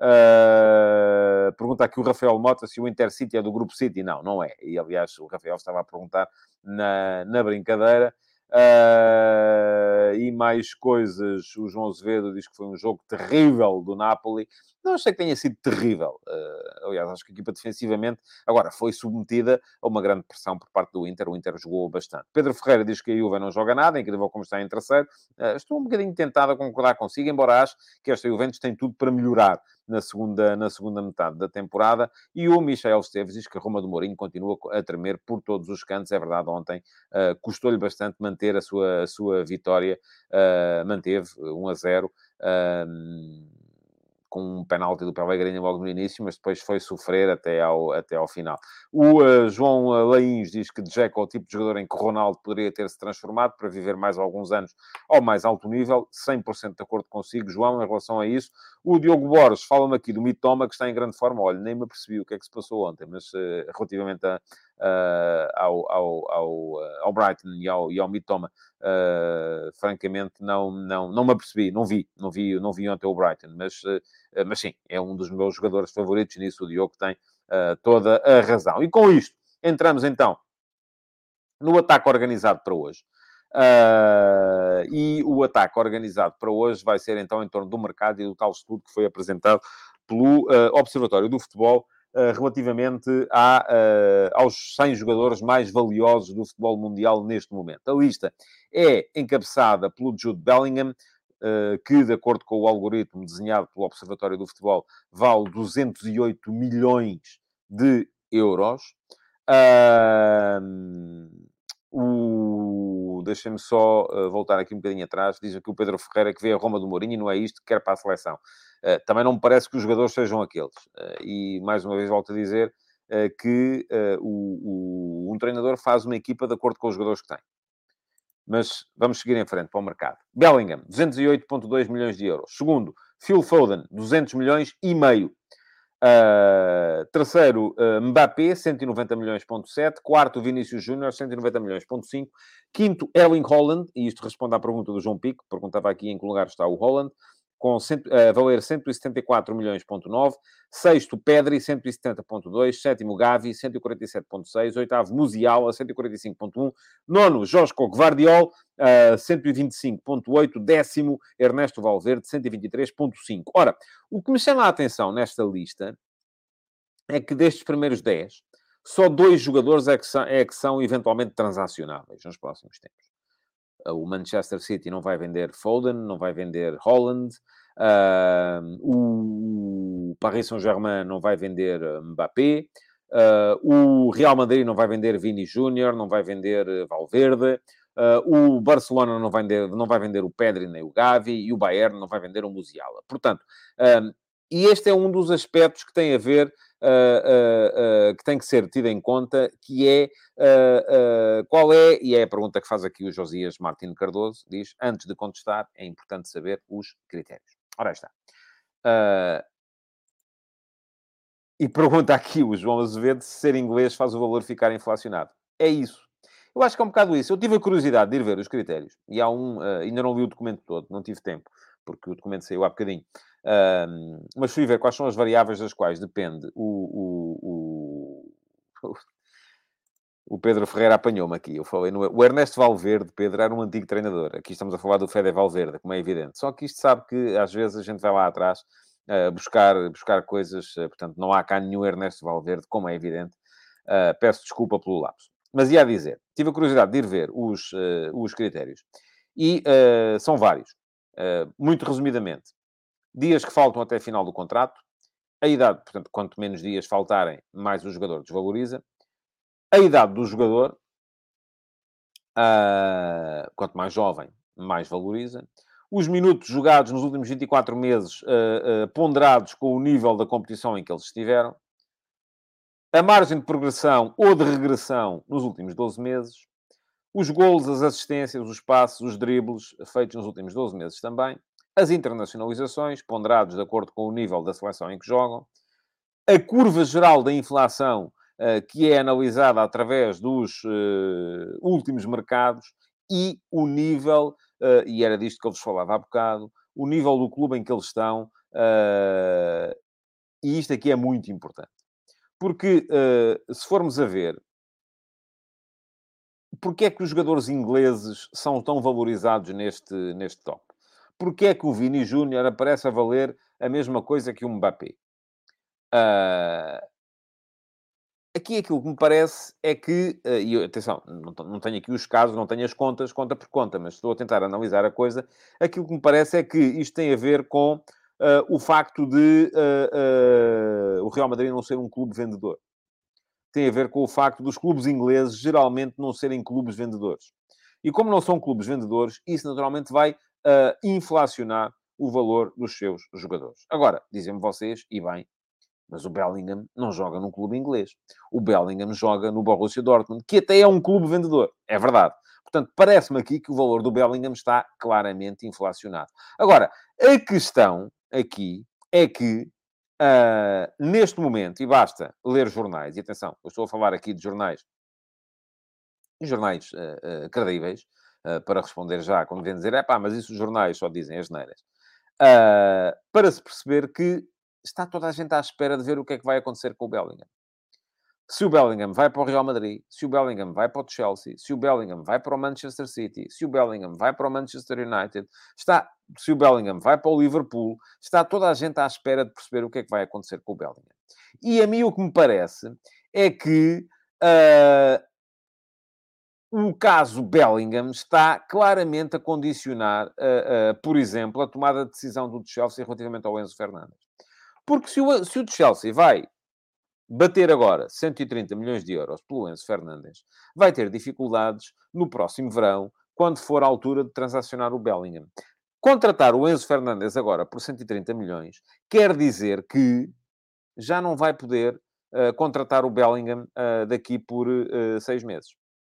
Uh, pergunta aqui o Rafael Mota se o Intercity é do Grupo City. Não, não é. E, aliás, o Rafael estava a perguntar na, na brincadeira. Uh, e mais coisas. O João Azevedo diz que foi um jogo terrível do Napoli. Não achei que tenha sido terrível. Uh, aliás, acho que a equipa defensivamente agora foi submetida a uma grande pressão por parte do Inter. O Inter jogou bastante. Pedro Ferreira diz que a Juve não joga nada, incrível como está em terceiro. Uh, estou um bocadinho tentado a concordar consigo, embora acho que esta Juventus tem tudo para melhorar na segunda, na segunda metade da temporada. E o Michael Esteves diz que a Roma do Mourinho continua a tremer por todos os cantos. É verdade, ontem uh, custou-lhe bastante manter a sua, a sua vitória. Uh, manteve um a zero. Uh, com um penalti do Pellegrini logo no início, mas depois foi sofrer até ao, até ao final. O uh, João Lains diz que Dzeko é o tipo de jogador em que Ronaldo poderia ter-se transformado para viver mais alguns anos ao mais alto nível. cem por cento de acordo consigo, João, em relação a isso. O Diogo Borges fala-me aqui do Mitoma, que está em grande forma. Olha, nem me apercebi o que é que se passou ontem, mas uh, relativamente a, uh, ao, ao, ao, ao Brighton e ao, e ao Mitoma, uh, francamente, não, não, não me apercebi, não vi, não vi, não vi ontem o Brighton, mas... Uh, Mas sim, é um dos meus jogadores favoritos, e nisso o Diogo tem uh, toda a razão. E com isto, entramos então no ataque organizado para hoje. Uh, e o ataque organizado para hoje vai ser então em torno do mercado e do tal estudo que foi apresentado pelo uh, Observatório do Futebol uh, relativamente à, uh, aos cem jogadores mais valiosos do futebol mundial neste momento. A lista é encabeçada pelo Jude Bellingham, que, de acordo com o algoritmo desenhado pelo Observatório do Futebol, vale duzentos e oito milhões de euros. Uh, o... Deixem-me só uh, voltar aqui um bocadinho atrás. Diz aqui o Pedro Ferreira que vê a Roma do Mourinho e não é isto que quer para a seleção. Uh, também não me parece que os jogadores sejam aqueles. Uh, e, mais uma vez, volto a dizer uh, que uh, o, o, um treinador faz uma equipa de acordo com os jogadores que tem. Mas vamos seguir em frente para o mercado. Bellingham, duzentos e oito vírgula dois milhões de euros. Segundo, Phil Foden, duzentos milhões e meio. Uh, terceiro, uh, Mbappé, cento e noventa milhões, ponto sete. Quarto, Vinícius Júnior, cento e noventa milhões, ponto cinco. Quinto, Erling Haaland, e isto responde à pergunta do João Pico, perguntava aqui em que lugar está o Haaland, com cento, uh, valer cento e setenta e quatro milhões, ponto nove. Sexto, Pedri, cento e setenta ponto dois. Sétimo, Gavi, cento e quarenta e sete ponto seis. Oitavo, Musiala, cento e quarenta e cinco ponto um. Nono, Joško Gvardiol, uh, cento e vinte e cinco ponto oito. Décimo, Ernesto Valverde, cento e vinte e três ponto cinco. Ora, o que me chama a atenção nesta lista é que destes primeiros dez, só dois jogadores é que são, é que são eventualmente transacionáveis nos próximos tempos. O Manchester City não vai vender Foden, não vai vender Haaland, uh, o Paris Saint-Germain não vai vender Mbappé, Uh, o Real Madrid não vai vender Vini Júnior, não vai vender Valverde. Uh, o Barcelona não vai, vender, não vai vender o Pedri nem o Gavi. E o Bayern não vai vender o Musiala. Portanto, um, e este é um dos aspectos que tem a ver, uh, uh, uh, que tem que ser tido em conta, que é uh, uh, qual é, e é a pergunta que faz aqui o Josias Martins Cardoso, diz, antes de contestar, é importante saber os critérios. Ora, aí está. Uh, E pergunta aqui o João Azevedo se ser inglês faz o valor ficar inflacionado. É isso. Eu acho que é um bocado isso. Eu tive a curiosidade de ir ver os critérios. E há um... Uh, ainda não li o documento todo, não tive tempo, porque o documento saiu há bocadinho. Uh, mas fui ver quais são as variáveis das quais depende o... o, o... O Pedro Ferreira apanhou-me aqui. Eu falei no... O Ernesto Valverde, Pedro, era um antigo treinador. Aqui estamos a falar do Fede Valverde, como é evidente. Só que isto sabe que, às vezes, a gente vai lá atrás uh, buscar, buscar coisas. Uh, portanto, não há cá nenhum Ernesto Valverde, como é evidente. Uh, peço desculpa pelo lapso. Mas ia a dizer, tive a curiosidade de ir ver os, uh, os critérios. E uh, são vários. Uh, muito resumidamente. Dias que faltam até a final do contrato. A idade, portanto, quanto menos dias faltarem, mais o jogador desvaloriza. A idade do jogador, uh, quanto mais jovem, mais valoriza. Os minutos jogados nos últimos vinte e quatro meses, uh, uh, ponderados com o nível da competição em que eles estiveram. A margem de progressão ou de regressão nos últimos doze meses. Os golos, as assistências, os passos, os dribles feitos nos últimos doze meses também. As internacionalizações, ponderados de acordo com o nível da seleção em que jogam. A curva geral da inflação, uh, que é analisada através dos uh, últimos mercados, e o nível, uh, e era disto que eu vos falava há bocado, o nível do clube em que eles estão, uh, e isto aqui é muito importante. Porque, uh, se formos a ver, porque é que os jogadores ingleses são tão valorizados neste, neste top? Porque é que o Vini Júnior aparece a valer a mesma coisa que o Mbappé? Uh, Aqui aquilo que me parece é que, e atenção, não tenho aqui os casos, não tenho as contas, conta por conta, mas estou a tentar analisar a coisa. Aquilo que me parece é que isto tem a ver com uh, o facto de uh, uh, o Real Madrid não ser um clube vendedor. Tem a ver com o facto dos clubes ingleses geralmente não serem clubes vendedores. E como não são clubes vendedores, isso naturalmente vai uh, inflacionar o valor dos seus jogadores. Agora, dizem-me vocês, e bem, mas o Bellingham não joga num clube inglês. O Bellingham joga no Borussia Dortmund, que até é um clube vendedor. É verdade. Portanto, parece-me aqui que o valor do Bellingham está claramente inflacionado. Agora, a questão aqui é que, uh, neste momento, e basta ler jornais, e atenção, eu estou a falar aqui de jornais, e jornais uh, uh, credíveis, uh, para responder já, como devem dizer, é pá, mas isso os jornais só dizem as neiras. Uh, para se perceber que está toda a gente à espera de ver o que é que vai acontecer com o Bellingham. Se o Bellingham vai para o Real Madrid, se o Bellingham vai para o Chelsea, se o Bellingham vai para o Manchester City, se o Bellingham vai para o Manchester United, está, se o Bellingham vai para o Liverpool, está toda a gente à espera de perceber o que é que vai acontecer com o Bellingham. E a mim o que me parece é que uh, o caso Bellingham está claramente a condicionar, uh, uh, por exemplo, a tomada de decisão do Chelsea relativamente ao Enzo Fernandes. Porque se o, se o Chelsea vai bater agora cento e trinta milhões de euros pelo Enzo Fernandes, vai ter dificuldades no próximo verão, quando for a altura de transacionar o Bellingham. Contratar o Enzo Fernandes agora por cento e trinta milhões quer dizer que já não vai poder uh, contratar o Bellingham uh, daqui por uh, seis meses.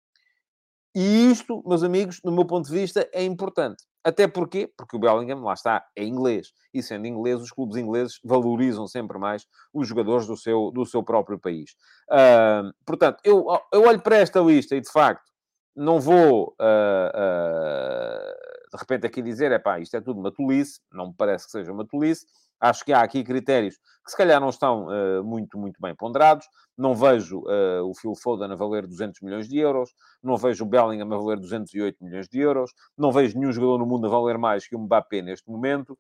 E isto, meus amigos, no meu ponto de vista, é importante. Até porquê? Porque o Bellingham, lá está, é inglês. E sendo inglês, os clubes ingleses valorizam sempre mais os jogadores do seu, do seu próprio país. Uh, portanto, eu, eu olho para esta lista e, de facto, não vou, uh, uh, de repente, aqui dizer, é pá, isto é tudo uma tolice. Não me parece que seja uma tolice. Acho que há aqui critérios que, se calhar, não estão uh, muito, muito bem ponderados. Não vejo uh, o Phil Foden a valer duzentos milhões de euros. Não vejo o Bellingham a valer duzentos e oito milhões de euros. Não vejo nenhum jogador no mundo a valer mais que o Mbappé neste momento.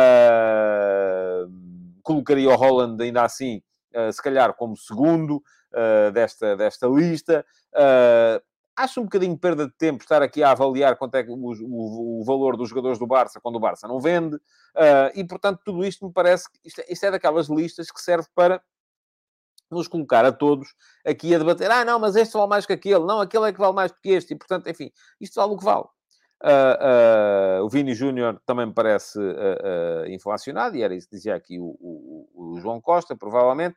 Uh, colocaria o Haaland, ainda assim, uh, se calhar como segundo uh, desta, desta lista. Uh, acho um bocadinho perda de tempo estar aqui a avaliar quanto é o, o, o valor dos jogadores do Barça quando o Barça não vende. Uh, e, portanto, tudo isto me parece que isto é, isto é daquelas listas que serve para nos colocar a todos aqui a debater. Ah, não, mas este vale mais que aquele. Não, aquele é que vale mais do que este. E, portanto, enfim, isto vale o que vale. Uh, uh, o Vini Júnior também me parece uh, uh, inflacionado, e era isso que dizia aqui o, o, o João Costa, provavelmente.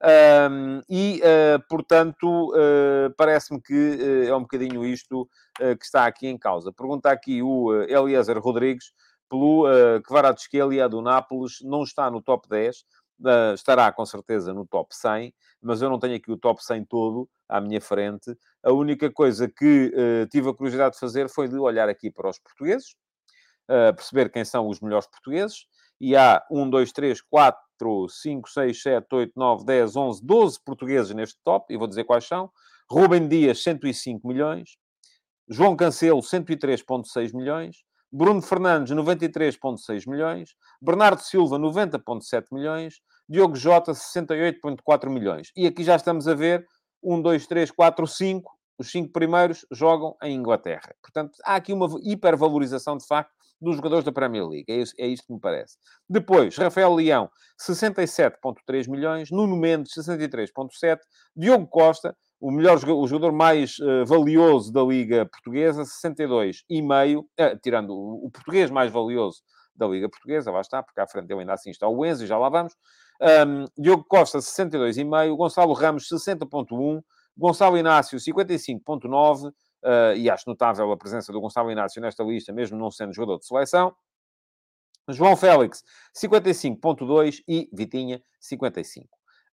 Um, e, uh, portanto, uh, parece-me que uh, é um bocadinho isto uh, que está aqui em causa. Pergunta aqui o uh, Eliezer Rodrigues, pelo uh, Kvaratskhelia do Nápoles, não está no top dez, uh, estará com certeza no top cem, mas eu não tenho aqui o top cem todo à minha frente. A única coisa que uh, tive a curiosidade de fazer foi de olhar aqui para os portugueses, uh, perceber quem são os melhores portugueses, e há um, dois, três, quatro, cinco, seis, sete, oito, nove, dez, onze, doze portugueses neste top, e vou dizer quais são. Rubem Dias, cento e cinco milhões. João Cancelo, cento e três vírgula seis milhões. Bruno Fernandes, noventa e três vírgula seis milhões. Bernardo Silva, noventa vírgula sete milhões. Diogo Jota, sessenta e oito vírgula quatro milhões. E aqui já estamos a ver um, dois, três, quatro, cinco. Os cinco primeiros jogam em Inglaterra. Portanto, há aqui uma hipervalorização, de facto, dos jogadores da Premier League. É, isso, é isto que me parece. Depois, Rafael Leão, sessenta e sete vírgula três milhões. Nuno Mendes, sessenta e três vírgula sete. Diogo Costa, o melhor o jogador mais uh, valioso da Liga Portuguesa, sessenta e dois vírgula cinco, uh, tirando o, o português mais valioso da Liga Portuguesa, lá está, porque à frente dele ainda assim está o Enzo, e já lá vamos. Um, Diogo Costa, sessenta e dois vírgula cinco. Gonçalo Ramos, sessenta vírgula um. Gonçalo Inácio, cinquenta e cinco vírgula nove. Uh, e acho notável a presença do Gonçalo Inácio nesta lista, mesmo não sendo jogador de seleção. João Félix, cinquenta e cinco vírgula dois. E Vitinha, cinquenta e cinco.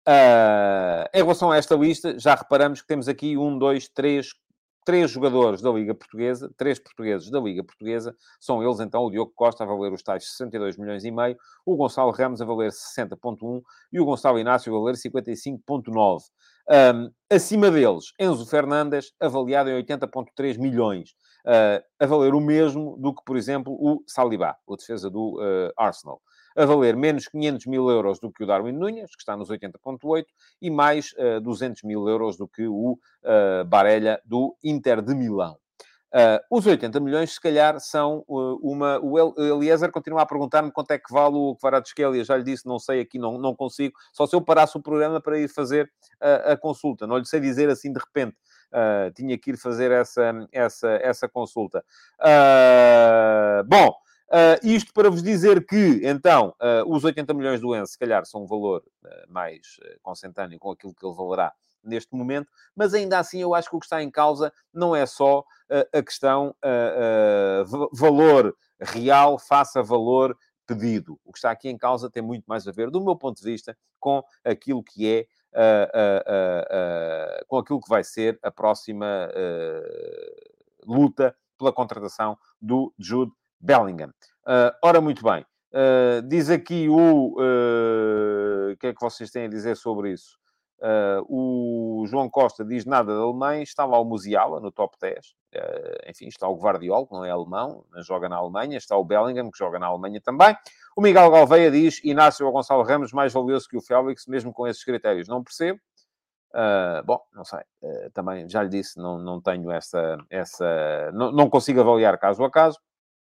Uh, em relação a esta lista, já reparamos que temos aqui um, dois, três, três jogadores da Liga Portuguesa, três portugueses da Liga Portuguesa. São eles, então, o Diogo Costa a valer os tais sessenta e dois milhões e meio, o Gonçalo Ramos a valer sessenta vírgula um e o Gonçalo Inácio a valer cinquenta e cinco vírgula nove. Um, acima deles, Enzo Fernandes, avaliado em oitenta vírgula três milhões. Uh, a valer o mesmo do que, por exemplo, o Saliba, o defesa do uh, Arsenal. A valer menos quinhentos mil euros do que o Darwin Núñez, que está nos oitenta vírgula oito, e mais uh, duzentos mil euros do que o uh, Barella, do Inter de Milão. Uh, os oitenta milhões, se calhar, são uh, uma... O Eliezer continua a perguntar-me quanto é que vale o Kvaratskhelia. Já lhe disse, não sei aqui, não, não consigo. Só se eu parasse o programa para ir fazer uh, a consulta. Não lhe sei dizer assim de repente. Uh, tinha que ir fazer essa, essa, essa consulta. Uh, bom, uh, isto para vos dizer que, então, uh, os oitenta milhões do Enzo, se calhar, são um valor uh, mais uh, consentâneo com aquilo que ele valerá neste momento, mas ainda assim eu acho que o que está em causa não é só uh, a questão uh, uh, valor real face a valor pedido. O que está aqui em causa tem muito mais a ver, do meu ponto de vista, com aquilo que é Uh, uh, uh, uh, com aquilo que vai ser a próxima uh, luta pela contratação do Jude Bellingham. Uh, ora, muito bem. Uh, diz aqui o... Uh, o que é que vocês têm a dizer sobre isso? Uh, o João Costa diz nada de alemães. Está lá o Musiala, no top dez. Uh, enfim, está o Guardiola, que não é alemão, mas joga na Alemanha. Está o Bellingham, que joga na Alemanha também. O Miguel Galveia diz, Inácio ou Gonçalo Ramos mais valioso que o Félix, mesmo com esses critérios. Não percebo. Uh, bom, não sei. Uh, também, já lhe disse, não, não tenho essa... essa não, não consigo avaliar caso a caso.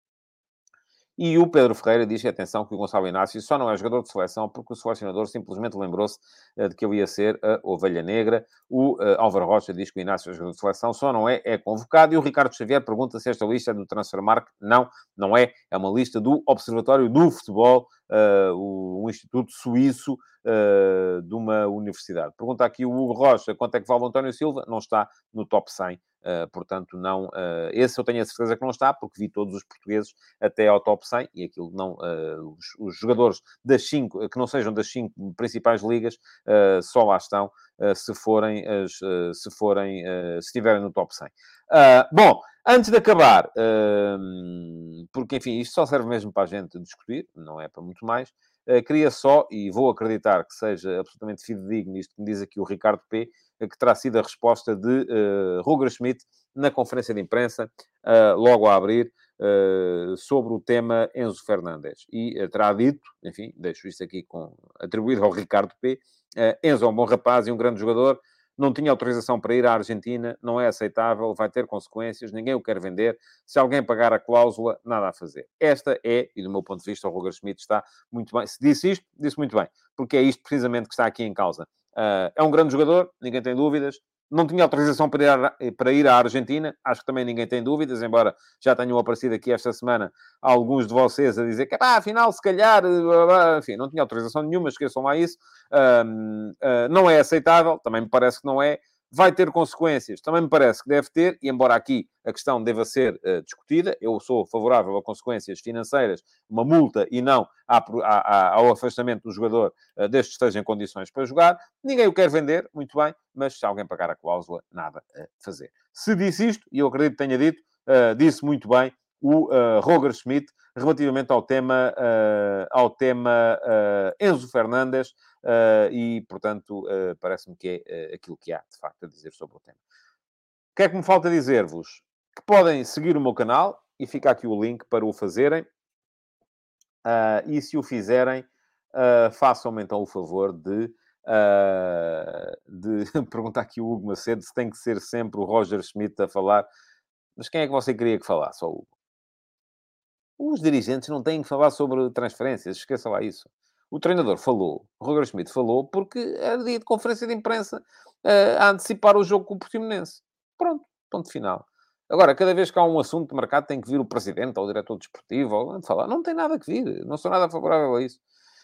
E o Pedro Ferreira diz, atenção, que o Gonçalo Inácio só não é jogador de seleção porque o selecionador simplesmente lembrou-se uh, de que ele ia ser a ovelha negra. O uh, Álvaro Rocha diz que o Inácio é jogador de seleção, só não é, é convocado. E o Ricardo Xavier pergunta se esta lista é do Transfermarkt. Não, não é. É uma lista do Observatório do Futebol, uh, o, um instituto suíço uh, de uma universidade. Pergunta aqui o Hugo Rocha, quanto é que vale o António Silva? Não está no top cem. Uh, portanto, não... Uh, esse eu tenho a certeza que não está, porque vi todos os portugueses até ao top cem, e aquilo não... Uh, os, os jogadores das cinco, que não sejam das cinco principais ligas, uh, só lá estão, uh, se forem, as, uh, se forem, uh, se estiverem no top cem. Uh, bom, antes de acabar, uh, porque, enfim, isto só serve mesmo para a gente discutir, não é para muito mais, uh, queria só, e vou acreditar que seja absolutamente fidedigno isto que me diz aqui o Ricardo P., que terá sido a resposta de uh, Roger Schmidt na conferência de imprensa, uh, logo a abrir, uh, sobre o tema Enzo Fernandes. E uh, terá dito, enfim, deixo isto aqui com, atribuído ao Ricardo P., uh, Enzo é um bom rapaz e um grande jogador, não tinha autorização para ir à Argentina, não é aceitável, vai ter consequências, ninguém o quer vender, se alguém pagar a cláusula, nada a fazer. Esta é, e do meu ponto de vista, o Roger Schmidt está muito bem, se disse isto, disse muito bem, porque é isto precisamente que está aqui em causa. Uh, é um grande jogador, ninguém tem dúvidas. Não tinha autorização para ir, à, para ir à Argentina, acho que também ninguém tem dúvidas, embora já tenham aparecido aqui esta semana alguns de vocês a dizer que, pá, afinal, se calhar, enfim, não tinha autorização nenhuma, esqueçam lá isso. Uh, uh, não é aceitável, também me parece que não é. Vai ter consequências, também me parece que deve ter, e embora aqui a questão deva ser uh, discutida, eu sou favorável a consequências financeiras, uma multa e não à, à, ao afastamento do jogador uh, desde que esteja em condições para jogar. Ninguém o quer vender, muito bem, mas se alguém pagar a cláusula, nada a fazer. Se disse isto, e eu acredito que tenha dito, uh, disse muito bem o uh, Roger Schmidt relativamente ao tema, uh, ao tema uh, Enzo Fernandes, uh, e, portanto, uh, parece-me que é uh, aquilo que há, de facto, a dizer sobre o tema. O que é que me falta dizer-vos? Que podem seguir o meu canal, e fica aqui o link para o fazerem, uh, e se o fizerem, uh, façam-me então o favor de, uh, de perguntar aqui o Hugo Macedo se tem que ser sempre o Roger Schmidt a falar. Mas quem é que você queria que falasse? Só o Hugo. Os dirigentes não têm que falar sobre transferências, esqueça lá isso. O treinador falou, o Roger Schmidt falou, porque era dia de conferência de imprensa uh, a antecipar o jogo com o Portimonense. Pronto, ponto final. Agora, cada vez que há um assunto de mercado, tem que vir o presidente ou o diretor desportivo ou falar. Não tem nada que vir, não sou nada favorável a isso.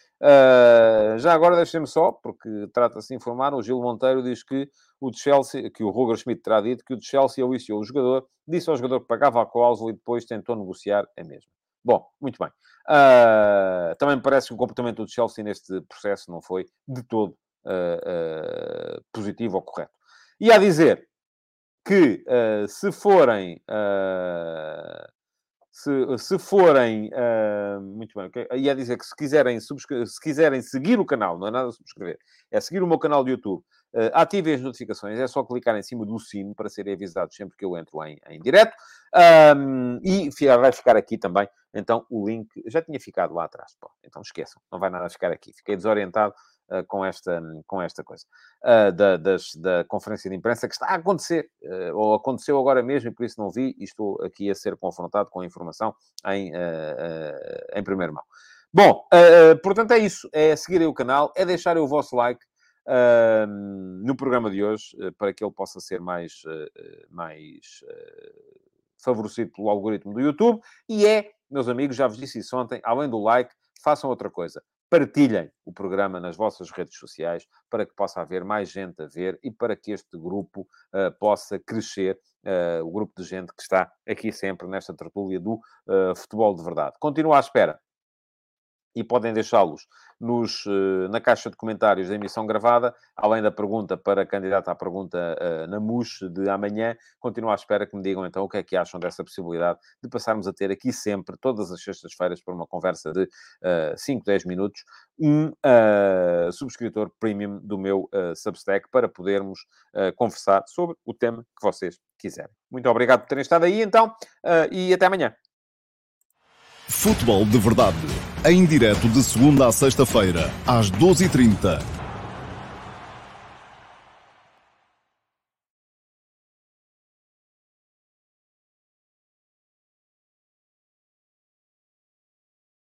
Uh, já agora deixem-me só, porque trata-se de informar, o Gil Monteiro diz que o de Chelsea, que o Roger Schmidt terá dito, que o de Chelsea aliciou o jogador, disse ao jogador que pagava a cláusula e depois tentou negociar a mesma. Bom, muito bem. Uh, também me parece que o comportamento do Chelsea neste processo não foi de todo uh, uh, positivo ou correto. E a dizer que uh, se forem... Uh, Se, se forem... Uh, muito bem. Okay? Ia dizer que se quiserem, se quiserem seguir o canal, não é nada subscrever, é seguir o meu canal de YouTube, uh, ativem as notificações, é só clicar em cima do sino para serem avisados sempre que eu entro em, em direto. Um, e vai ficar aqui também, então, o link... Já tinha ficado lá atrás. Pô, então esqueçam, não vai nada ficar aqui. Fiquei desorientado uh, com, esta, com esta coisa. Uh, da, das, da conferência de imprensa que está a acontecer, uh, ou aconteceu agora mesmo, e por isso não vi, e estou aqui a ser confrontado com a informação em, uh, uh, em primeira mão. Bom, uh, portanto é isso, é seguirem o canal, é deixarem o vosso like uh, no programa de hoje, uh, para que ele possa ser mais, uh, mais uh, favorecido pelo algoritmo do YouTube, e é, meus amigos, já vos disse isso ontem, além do like, façam outra coisa. Partilhem o programa nas vossas redes sociais para que possa haver mais gente a ver e para que este grupo uh, possa crescer, uh, o grupo de gente que está aqui sempre nesta tertúlia do uh, futebol de verdade. Continuo à espera. E podem deixá-los nos, na caixa de comentários da emissão gravada, além da pergunta para candidata à pergunta uh, na M U S de amanhã. Continuo à espera que me digam então o que é que acham dessa possibilidade de passarmos a ter aqui sempre, todas as sextas-feiras, por uma conversa de uh, cinco, dez minutos, um uh, subscritor premium do meu uh, Substack para podermos uh, conversar sobre o tema que vocês quiserem. Muito obrigado por terem estado aí então uh, e até amanhã. Futebol de Verdade, em direto de segunda a sexta-feira, às doze e trinta,